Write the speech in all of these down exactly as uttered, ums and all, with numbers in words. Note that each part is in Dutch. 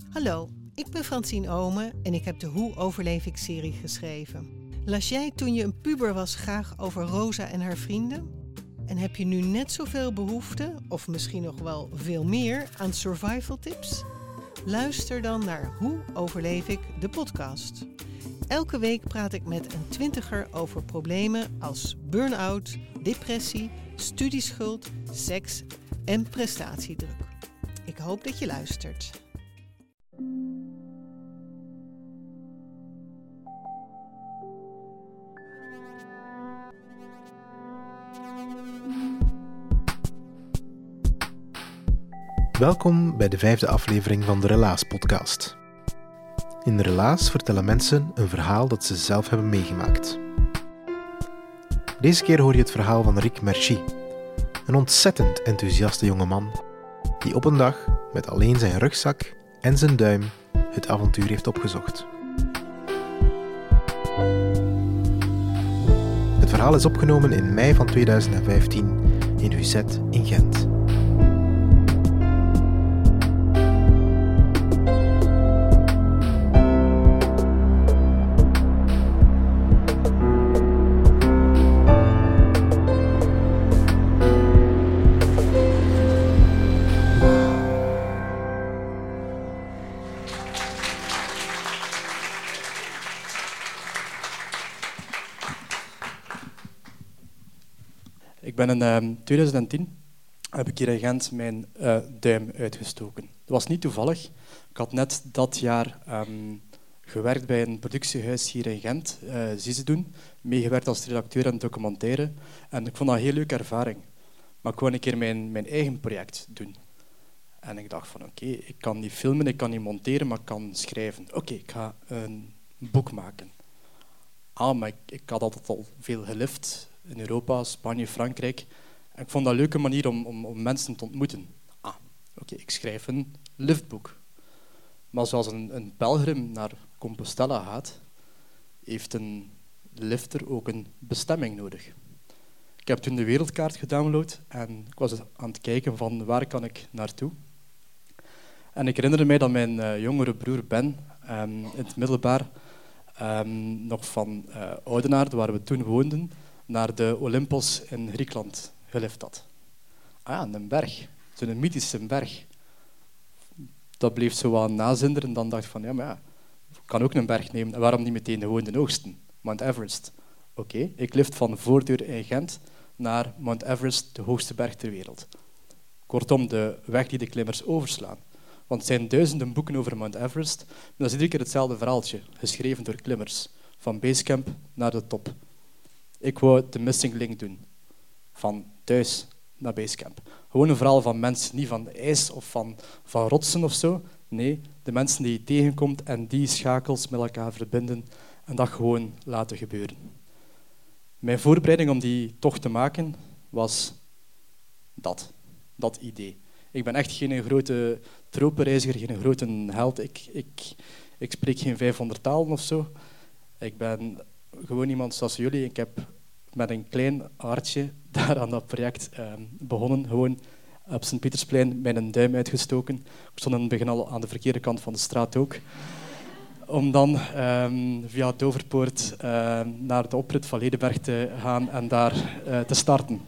Hallo, ik ben Francine Omen en ik heb de Hoe overleef ik-serie geschreven. Las jij toen je een puber was graag over Rosa en haar vrienden? En heb je nu net zoveel behoefte, of misschien nog wel veel meer, aan survival tips? Luister dan naar Hoe overleef ik, de podcast. Elke week praat ik met een twintiger over problemen als burn-out, depressie, studieschuld, seks en prestatiedruk. Ik hoop dat je luistert. Welkom bij de vijfde aflevering van de Relaas-podcast. In de Relaas vertellen mensen een verhaal dat ze zelf hebben meegemaakt. Deze keer hoor je het verhaal van Rick Merci, een ontzettend enthousiaste jongeman die op een dag met alleen zijn rugzak en zijn duim het avontuur heeft opgezocht. Het verhaal is opgenomen in mei van tweeduizend vijftien in Huzet in Gent. Ik ben in uh, tweeduizend tien heb ik hier in Gent mijn uh, duim uitgestoken. Dat was niet toevallig. Ik had net dat jaar um, gewerkt bij een productiehuis hier in Gent, uh, Zizedoen, meegewerkt als redacteur en documentaire. En ik vond dat een heel leuke ervaring. Maar ik wou een keer mijn, mijn eigen project doen. En ik dacht van oké, okay, ik kan niet filmen, ik kan niet monteren, maar ik kan schrijven. Oké, okay, ik ga een boek maken. Ah, maar ik, ik had altijd al veel gelift. In Europa, Spanje, Frankrijk. En ik vond dat een leuke manier om, om, om mensen te ontmoeten. Ah, oké, okay, ik schrijf een liftboek. Maar zoals een, een pelgrim naar Compostela gaat, heeft een lifter ook een bestemming nodig. Ik heb toen de wereldkaart gedownload en ik was aan het kijken van waar kan ik naartoe. En ik herinnerde mij dat mijn uh, jongere broer Ben um, in het middelbaar um, nog van uh, Oudenaarde, waar we toen woonden, naar de Olympos in Griekenland gelift had. Ah ja, een berg. Zo'n mythische berg. Dat bleef zo wat nazinderen. Dan dacht ik van, ja, maar ja, ik kan ook een berg nemen. En waarom niet meteen gewoon de hoogste? Mount Everest. Oké, okay, ik lift van Voordeur in Gent naar Mount Everest, de hoogste berg ter wereld. Kortom, de weg die de klimmers overslaan. Want er zijn duizenden boeken over Mount Everest, maar dat is iedere keer hetzelfde verhaaltje, geschreven door klimmers. Van basecamp naar de top. Ik wou de missing link doen. Van thuis naar basecamp. Gewoon een verhaal van mensen, niet van ijs of van, van rotsen of zo. Nee, de mensen die je tegenkomt en die schakels met elkaar verbinden en dat gewoon laten gebeuren. Mijn voorbereiding om die tocht te maken was dat. Dat idee. Ik ben echt geen grote tropenreiziger, geen grote held. Ik, ik, ik spreek geen vijfhonderd talen of zo. Ik ben gewoon iemand zoals jullie. Ik heb met een klein hartje daar aan dat project eh, begonnen. Gewoon op Sint-Pietersplein met een duim uitgestoken. Ik stond in het begin al aan de verkeerde kant van de straat ook. Om dan eh, via Doverpoort eh, naar de oprit van Ledenberg te gaan en daar eh, te starten.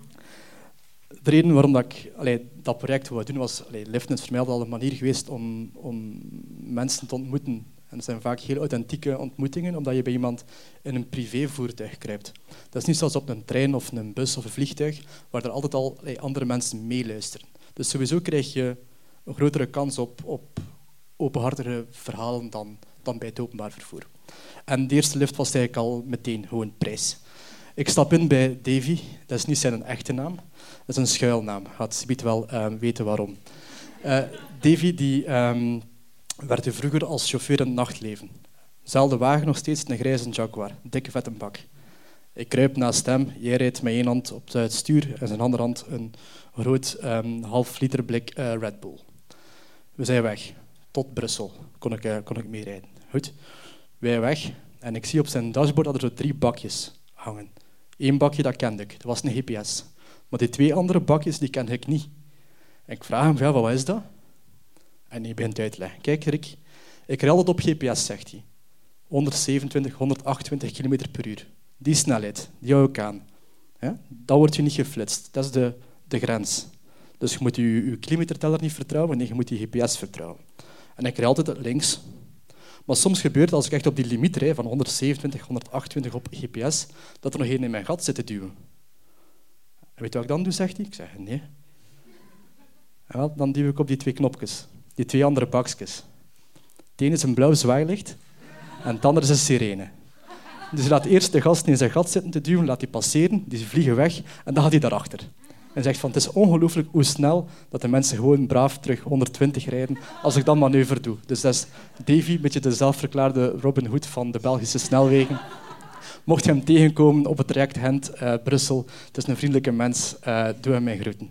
De reden waarom dat ik allee, dat project wou doen was... Allee, liften is voor mij al een manier geweest om, om mensen te ontmoeten. En het zijn vaak heel authentieke ontmoetingen, omdat je bij iemand in een privévoertuig kruipt. Dat is niet zoals op een trein of een bus of een vliegtuig, waar er altijd al allee, andere mensen meeluisteren. Dus sowieso krijg je een grotere kans op, op openhartige verhalen dan, dan bij het openbaar vervoer. En de eerste lift was eigenlijk al meteen gewoon prijs. Ik stap in bij Davy, dat is niet zijn echte naam, dat is een schuilnaam. Gaat Sibiet wel uh, weten waarom. Uh, Davy die... Um, werd vroeger als chauffeur in het nachtleven. Zelfde wagen nog steeds, een grijze Jaguar, dikke vette bak. Ik kruip naast hem, jij rijdt met één hand op het stuur en zijn andere hand een groot um, half liter blik uh, Red Bull. We zijn weg, tot Brussel kon ik, uh, kon ik meerijden. Goed, wij weg en ik zie op zijn dashboard dat er zo drie bakjes hangen. Eén bakje dat kende ik, dat was een G P S. Maar die twee andere bakjes die kende ik niet. En ik vraag hem, ja, wat is dat? En hij begint uit te leggen. Kijk, Rick, ik rijd altijd op G P S, zegt hij. honderdzevenentwintig, honderdachtentwintig kilometer per uur. Die snelheid, die hou ik aan. Ja? Dat wordt je niet geflitst. Dat is de, de grens. Dus je moet je, je kilometerteller niet vertrouwen, nee, je moet je G P S vertrouwen. En ik rijd altijd links. Maar soms gebeurt het, als ik echt op die limiet rijd van honderdzevenentwintig, honderdachtentwintig op G P S, dat er nog één in mijn gat zit te duwen. En weet je wat ik dan doe, zegt hij? Ik zeg, nee. Ja, dan duw ik op die twee knopjes. Die twee andere bakjes. Het ene is een blauw zwaailicht en het andere is een sirene. Dus je laat eerst de gasten in zijn gat zitten te duwen, laat die passeren, die vliegen weg en dan gaat hij daarachter. En zegt van, het is ongelooflijk hoe snel dat de mensen gewoon braaf terug honderdtwintig rijden als ik dat manoeuvre doe. Dus dat is Davy, een beetje de zelfverklaarde Robin Hood van de Belgische snelwegen. Mocht je hem tegenkomen op het traject Gent-Brussel, uh, het is een vriendelijke mens, uh, doe hem mijn groeten.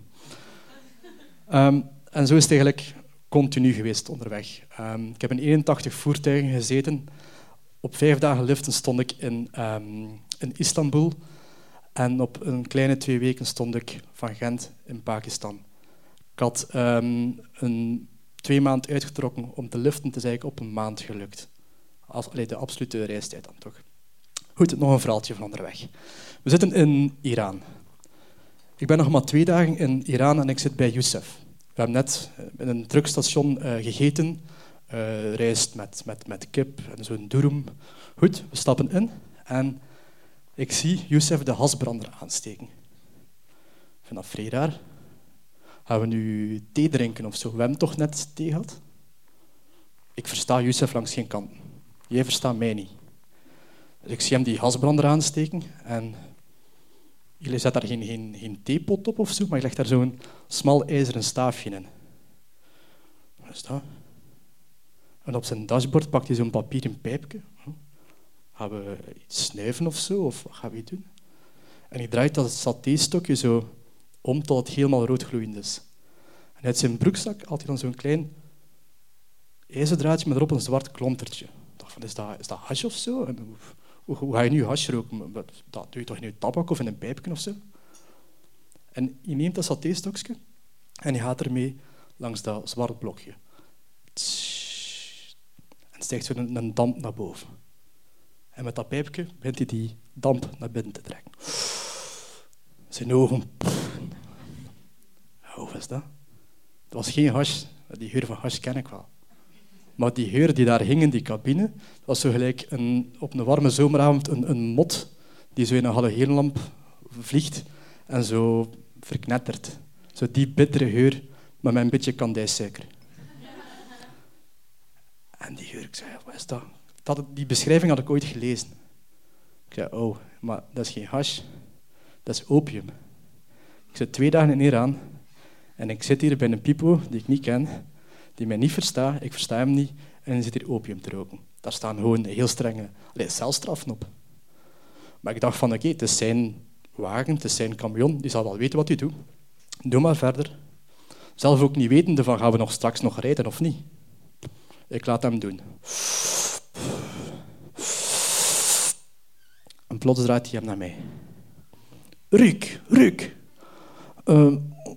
Um, en zo is het eigenlijk continu geweest onderweg. Um, ik heb in eenentachtig voertuigen gezeten. Op vijf dagen liften stond ik in, um, in Istanbul. En op een kleine twee weken stond ik van Gent in Pakistan. Ik had um, een twee maanden uitgetrokken om te liften. Het is eigenlijk op een maand gelukt. Als, allee, de absolute reistijd dan toch. Goed, nog een verhaaltje van onderweg. We zitten in Iran. Ik ben nog maar twee dagen in Iran en ik zit bij Youssef. We hebben net in een truckstation uh, gegeten. Uh, rijst met, met, met kip en zo'n durum. Goed, we stappen in en ik zie Youssef de hasbrander aansteken. Ik vind dat vrij raar. Gaan we nu thee drinken of zo? We hebben toch net thee gehad? Ik versta Youssef langs geen kant. Jij verstaat mij niet. Dus ik zie hem die hasbrander aansteken en jullie zetten daar geen, geen, geen theepot op of zo, maar je legt daar zo'n smal ijzeren staafje in. Wat is dat? En op zijn dashboard pakt hij zo'n papieren pijpje. Gaan we iets snuiven of zo? Of wat gaan we doen? En hij draait dat satéstokje zo om tot het helemaal roodgloeiend is. En uit zijn broekzak haalt hij dan zo'n klein ijzerdraadje met erop een zwart klontertje. Ik dacht van, is dat, is dat hash of zo? En hoe, hoe, hoe ga je nu hash roken? Dat doe je toch in je tabak of in een pijpje of zo? En hij neemt dat satéstokje en hij gaat ermee langs dat zwart blokje. En stijgt zo een, een damp naar boven. En met dat pijpje begint hij die damp naar binnen te trekken. Zijn ogen... Oh, wat is dat? Dat was geen hash. Die geur van hash ken ik wel. Maar die geur die daar hing in die cabine, dat was zo gelijk een, op een warme zomeravond een, een mot die zo in een halogeenlamp vliegt en zo verknettert. Zo die bittere geur, maar met een beetje kandijsuiker. En die geur, ik zei, wat is dat? dat? Die beschrijving had ik ooit gelezen. Ik zei, oh, maar dat is geen hash, dat is opium. Ik zit twee dagen in Iran en ik zit hier bij een pipo die ik niet ken, die mij niet verstaat, ik versta hem niet, en hij zit hier opium te roken. Daar staan gewoon heel strenge allee, celstraffen op. Maar ik dacht van, oké, okay, het is zijn wagen, het is zijn camion, die zal wel weten wat hij doet. Doe maar verder. Zelf ook niet wetende van, gaan we nog straks nog rijden of niet? Ik laat hem doen. En plots draait hij hem naar mij. Rick, Rick. Uh,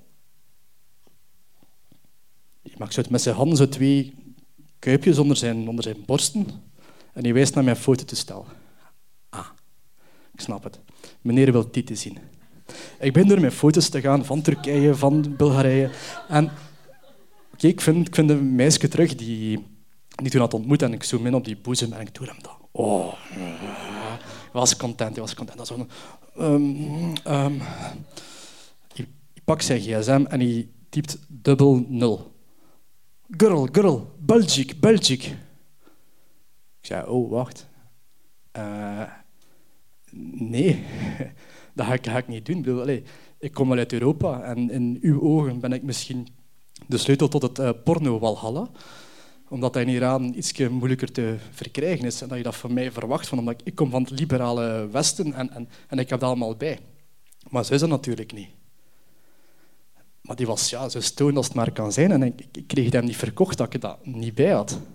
hij maakt zo met zijn handen zo twee kuipjes onder zijn, onder zijn borsten en hij wijst naar mijn fototoestel. Ah, ik snap het. Meneer wil tieten zien. Ik ben door mijn foto's te gaan van Turkije, van Bulgarije. En okay, ik, vind, ik vind een meisje terug die, die toen had ontmoet en ik zoom in op die boezem en ik doe hem dat. Oh, ik was content, ik was content. Dat was zo, um, um. Hij pakt zijn gsm en hij typt dubbel nul. Girl, girl, Belgique, Belgique. Ik zei, oh, wacht. Uh, nee, dat ga ik, ga ik niet doen. Ik, bedoel, allez, ik kom wel uit Europa en in uw ogen ben ik misschien de sleutel tot het uh, porno-walhalla, omdat dat in Iran iets moeilijker te verkrijgen is en dat je dat van mij verwacht, van, omdat ik, ik kom van het liberale Westen en, en, en ik heb dat allemaal bij. Maar zo is dat natuurlijk niet. Maar die was ja, zo stoned als het maar kan zijn en ik, ik kreeg hem niet verkocht dat ik dat niet bij had. Oké,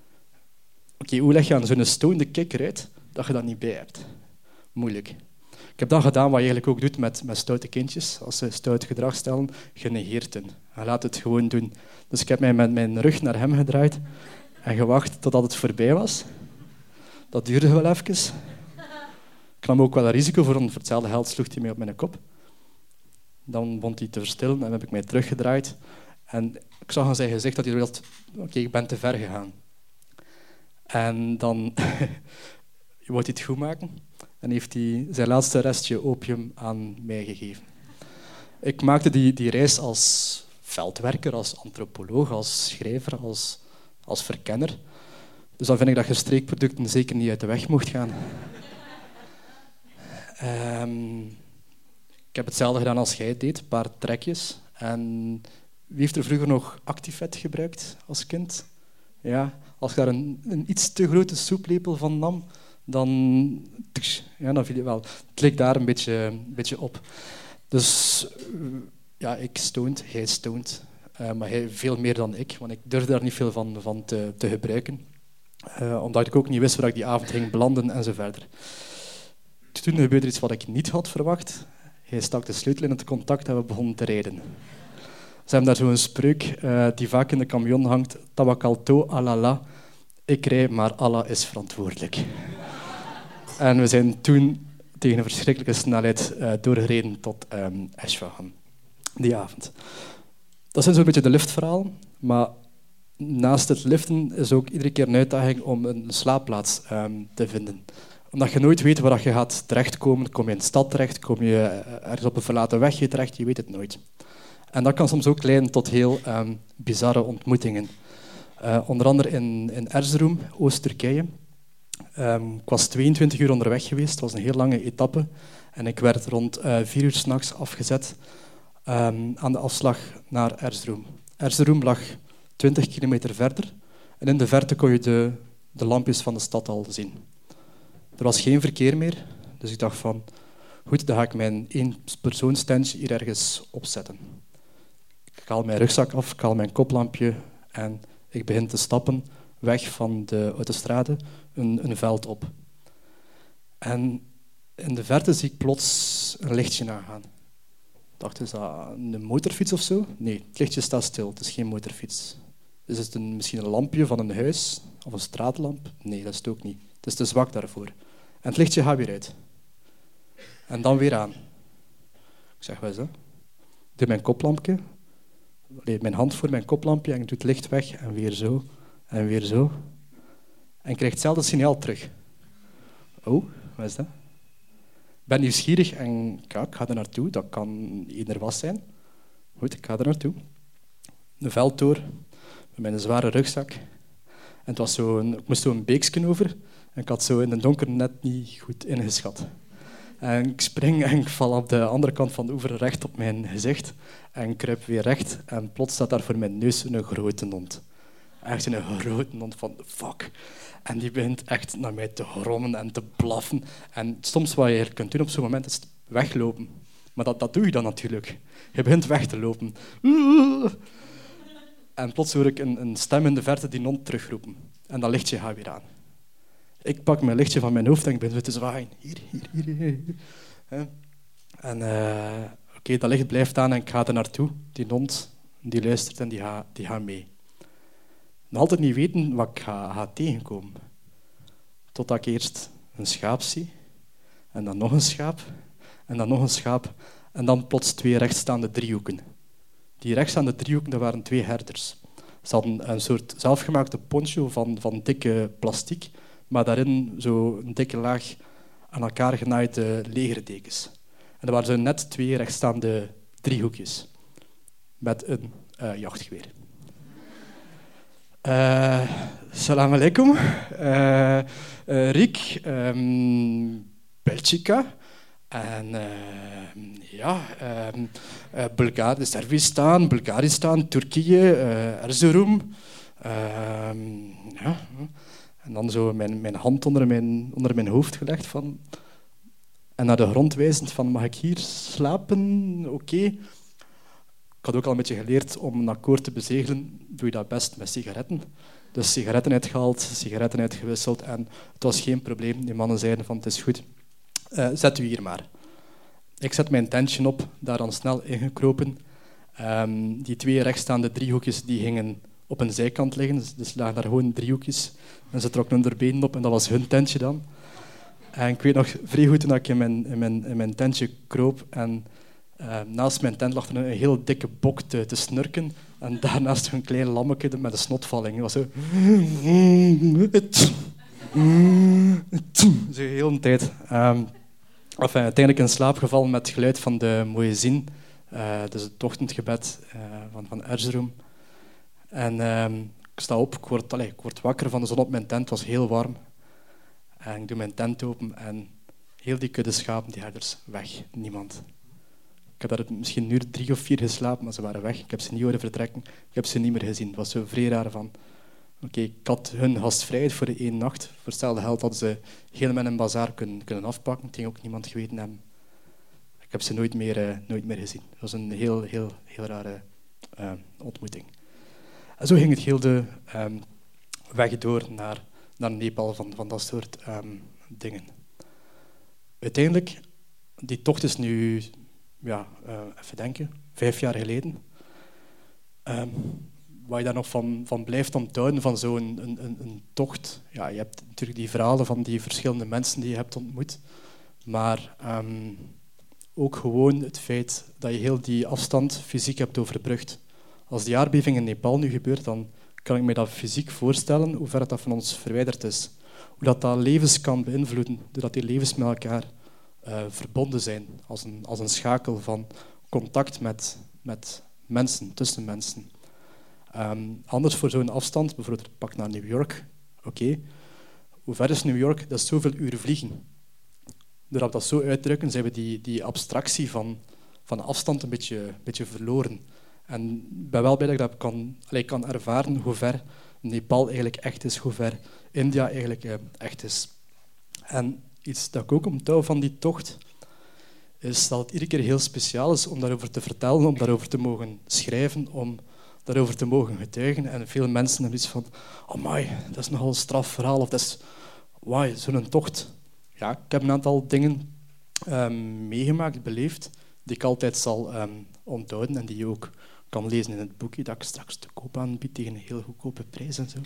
okay, hoe leg je aan zo'n stonede kikker uit dat je dat niet bij hebt? Moeilijk. Ik heb dat gedaan wat je eigenlijk ook doet met, met stoute kindjes. Als ze stoute gedrag stellen, je negeert hen. Je laat het gewoon doen. Dus ik heb mij met mijn rug naar hem gedraaid en gewacht totdat het voorbij was. Dat duurde wel even. Ik nam ook wel een risico voor, voor hetzelfde geld sloeg hij mij op mijn kop. Dan begon hij te verstillen en dan heb ik mij teruggedraaid. En ik zag aan zijn gezicht dat hij wilde, oké, okay, ik ben te ver gegaan. En dan je wou hij het goed maken en heeft hij zijn laatste restje opium aan mij gegeven. Ik maakte die, die reis als veldwerker, als antropoloog, als schrijver, als, als verkenner. Dus dan vind ik dat je streekproducten zeker niet uit de weg mocht gaan. um, ik heb hetzelfde gedaan als jij deed, een paar trekjes. En wie heeft er vroeger nog Actifed gebruikt als kind? Ja, als je daar een, een iets te grote soeplepel van nam, dan, ja, dan viel je wel. Het leek daar een beetje, een beetje op. Dus ja, ik stoned, hij stoned. Uh, maar hij veel meer dan ik, want ik durfde daar niet veel van, van te, te gebruiken. Uh, omdat ik ook niet wist waar ik die avond ging belanden en zo verder. Toen gebeurde iets wat ik niet had verwacht. Hij stak de sleutel in het contact en we begonnen te rijden. Ze hebben daar zo'n spreuk uh, die vaak in de camion hangt. Tawakalto alala. Ik rij, maar Allah is verantwoordelijk. En we zijn toen tegen een verschrikkelijke snelheid uh, doorgereden tot um, Esfahan, die avond. Dat zijn zo'n beetje de liftverhalen, maar naast het liften is ook iedere keer een uitdaging om een slaapplaats um, te vinden. Omdat je nooit weet waar je gaat terechtkomen. Kom je in de stad terecht, kom je ergens op een verlaten wegje terecht, je weet het nooit. En dat kan soms ook leiden tot heel um, bizarre ontmoetingen. Uh, onder andere in, in Erzurum, Oost-Turkije. Um, ik was tweeëntwintig uur onderweg geweest, het was een heel lange etappe. En ik werd rond uh, vier uur 's nachts afgezet um, aan de afslag naar Erzurum. Erzurum lag twintig kilometer verder. En in de verte kon je de, de lampjes van de stad al zien. Er was geen verkeer meer, dus ik dacht van... Goed, dan ga ik mijn één-persoonstentje hier ergens opzetten. Ik haal mijn rugzak af, ik haal mijn koplampje en ik begin te stappen weg van de autostrade, een, een veld op. En in de verte zie ik plots een lichtje aangaan. Ik dacht, is dat een motorfiets of zo? Nee, het lichtje staat stil, het is geen motorfiets. Is het een, misschien een lampje van een huis of een straatlamp? Nee, dat is het ook niet. Het is te zwak daarvoor. En het lichtje gaat weer uit. En dan weer aan. Ik zeg, wat is dat? Ik doe mijn koplampje, mijn hand voor mijn koplampje en ik doe het licht weg en weer zo en weer zo. En ik krijg hetzelfde signaal terug. Oh, wat is dat? Ik ben nieuwsgierig en ja, ik ga er naartoe. Dat kan eender was zijn. Goed, ik ga er naartoe. Een veld door, met mijn zware rugzak. En het was zo een, ik moest zo een beeksken over en ik had zo in het donker net niet goed ingeschat. En ik spring en ik val op de andere kant van de oever recht op mijn gezicht en kruip weer recht. En plots staat daar voor mijn neus een grote hond. Echt een grote hond van fuck. En die begint echt naar mij te grommen en te blaffen. En soms wat je eigenlijk kunt doen op zo'n moment is weglopen. Maar dat, dat doe je dan natuurlijk. Je begint weg te lopen. En plots hoor ik een, een stem in de verte die hond terugroepen. En dat lichtje gaat weer aan. Ik pak mijn lichtje van mijn hoofd en ik begin te zwaaien. Hier, hier, hier, hier. En uh, oké, okay, dat licht blijft aan en ik ga er naartoe. Die hond die luistert en die gaat die gaat mee. Nog altijd niet weten wat ik ga, ga tegenkomen. Totdat ik eerst een schaap zie. En dan nog een schaap. En dan nog een schaap. En dan plots twee rechtstaande driehoeken. Die rechtstaande driehoeken, dat waren twee herders. Ze hadden een soort zelfgemaakte poncho van, van dikke plastiek. Maar daarin zo een dikke laag aan elkaar genaaide legerdekens. En er waren zo net twee rechtstaande driehoekjes. Met een uh, jachtgeweer. Uh, salam alaikum. Uh, uh, Riek, um, Belgica. En uh, ja, um, uh, Bulgar- Servistan, Bulgaristan, Turkije, uh, Erzurum. Uh, ja... En dan zo mijn, mijn hand onder mijn, onder mijn hoofd gelegd. Van, en naar de grond wijzend van, mag ik hier slapen? Oké. Okay. Ik had ook al een beetje geleerd om een akkoord te bezegelen. Doe je dat best met sigaretten. Dus sigaretten uitgehaald, sigaretten uitgewisseld. En het was geen probleem. Die mannen zeiden van, het is goed. Uh, zet u hier maar. Ik zet mijn tentje op, daar dan snel ingekropen. Um, die twee rechtstaande driehoekjes die gingen op een zijkant liggen, dus, dus lagen daar gewoon driehoekjes. En ze trokken hun benen op en dat was hun tentje dan. En ik weet nog vrij goed toen ik in mijn, in mijn, in mijn tentje kroop en uh, naast mijn tent lag er een heel dikke bok te, te snurken en daarnaast een klein lammetje met een snotvalling. Dat was zo... Zo de hele tijd. Um, enfin, uiteindelijk in slaap gevallen met het geluid van de Moezin, uh, dus het ochtendgebed uh, van, van Erzurum. En um, ik sta op, ik word, allez, ik word wakker van de zon op mijn tent, het was heel warm. En ik doe mijn tent open en heel die kudde schapen, die herders, weg, niemand. Ik heb daar misschien een uur drie of vier geslapen, maar ze waren weg. Ik heb ze niet horen vertrekken, ik heb ze niet meer gezien. Het was zo vrij raar van... Oké, okay, ik had hun gastvrijheid voor de één nacht. Voor hetzelfde geld hadden ze heel met een bazaar kunnen, kunnen afpakken. Het ging ook niemand geweten hebben. Ik heb ze nooit meer, uh, nooit meer gezien. Het was een heel, heel, heel rare uh, ontmoeting. En zo ging het heel de um, weg door naar, naar Nepal van, van dat soort um, dingen. Uiteindelijk, die tocht is nu, ja, uh, even denken, vijf jaar geleden. Um, Wat je daar nog van, van blijft onthouden van zo'n een, een, een tocht. Ja, je hebt natuurlijk die verhalen van die verschillende mensen die je hebt ontmoet. Maar um, ook gewoon het feit dat je heel die afstand fysiek hebt overbrugd. Als die aardbeving in Nepal nu gebeurt, dan kan ik me dat fysiek voorstellen, hoe ver dat van ons verwijderd is. Hoe dat, dat levens kan beïnvloeden, doordat die levens met elkaar uh, verbonden zijn. Als een, als een schakel van contact met, met mensen, tussen mensen. Um, anders voor zo'n afstand, bijvoorbeeld pak naar New York. Oké, okay. Hoe ver is New York? Dat is zoveel uren vliegen. Doordat we dat zo uitdrukken, zijn we die, die abstractie van, van afstand een beetje, een beetje verloren. En ik ben wel blij dat ik dat kan, allee, kan ervaren hoe ver Nepal eigenlijk echt is, hoe ver India eigenlijk uh, echt is. En iets dat ik ook onthoud van die tocht, is dat het iedere keer heel speciaal is om daarover te vertellen, om daarover te mogen schrijven, om daarover te mogen getuigen. En veel mensen hebben iets van, amai, dat is nogal een straf verhaal, of dat is, wauw, zo'n tocht. Ja, ik heb een aantal dingen um, meegemaakt, beleefd, die ik altijd zal um, onthouden en die je ook kan lezen in het boekje dat ik straks te koop aanbied tegen een heel goedkope prijs en zo.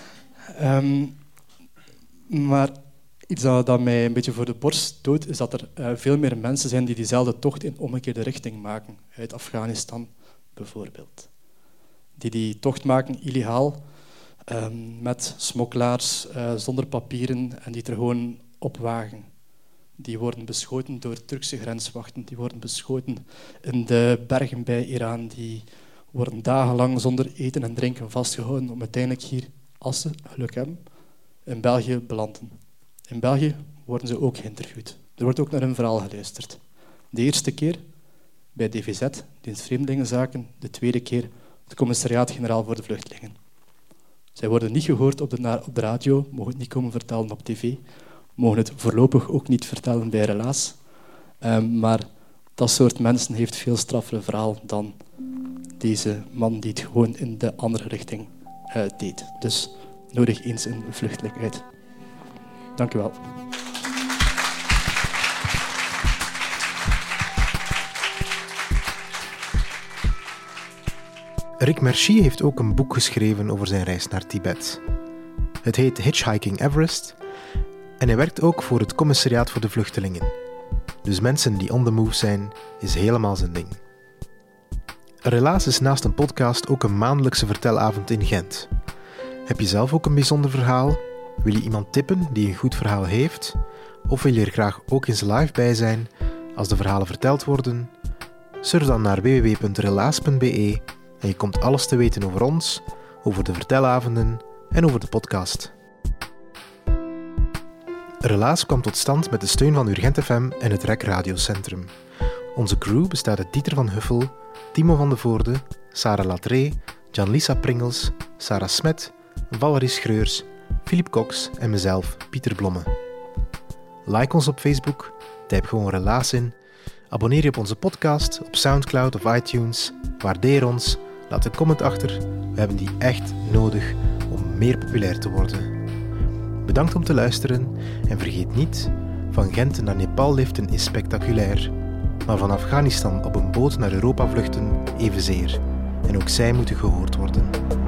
Um, maar iets dat, dat mij een beetje voor de borst stoot, is dat er uh, veel meer mensen zijn die diezelfde tocht in omgekeerde richting maken. Uit Afghanistan bijvoorbeeld. Die die tocht maken illegaal, um, met smokkelaars, uh, zonder papieren en die het er gewoon opwagen. Die worden beschoten door Turkse grenswachten, die worden beschoten in de bergen bij Iran, die worden dagenlang zonder eten en drinken vastgehouden om uiteindelijk hier, als ze geluk hebben, in België belanden. In België worden ze ook geïnterviewd. Er wordt ook naar hun verhaal geluisterd. De eerste keer bij D V Z, Dienst Vreemdelingenzaken, de tweede keer het Commissariaat-Generaal voor de Vluchtelingen. Zij worden niet gehoord op de, op de radio, mogen het niet komen vertellen op tv, mogen het voorlopig ook niet vertellen bij Relaas. Um, maar dat soort mensen heeft veel straffere verhaal dan deze man die het gewoon in de andere richting uh, deed. Dus nodig eens een vluchteling uit. Dank u wel. Rick Mercier heeft ook een boek geschreven over zijn reis naar Tibet. Het heet Hitchhiking Everest en hij werkt ook voor het Commissariaat voor de Vluchtelingen. Dus mensen die on the move zijn, is helemaal zijn ding. Relaas is naast een podcast ook een maandelijkse vertelavond in Gent. Heb je zelf ook een bijzonder verhaal? Wil je iemand tippen die een goed verhaal heeft? Of wil je er graag ook eens live bij zijn als de verhalen verteld worden? Surf dan naar w w w punt relaas punt b e en je komt alles te weten over ons, over de vertelavonden en over de podcast. Relaas kwam tot stand met de steun van Urgent F M en het R E C Radiocentrum. Onze crew bestaat uit Dieter van Huffel, Timo van de Voorde, Sarah Latree, Jan-Lisa Pringels, Sarah Smet, Valerie Schreurs, Philippe Cox en mezelf, Pieter Blomme. Like ons op Facebook, typ gewoon Relaas in, abonneer je op onze podcast op Soundcloud of iTunes, waardeer ons, laat een comment achter, we hebben die echt nodig om meer populair te worden. Bedankt om te luisteren en vergeet niet, van Gent naar Nepal liften is spectaculair, maar van Afghanistan op een boot naar Europa vluchten evenzeer. En ook zij moeten gehoord worden.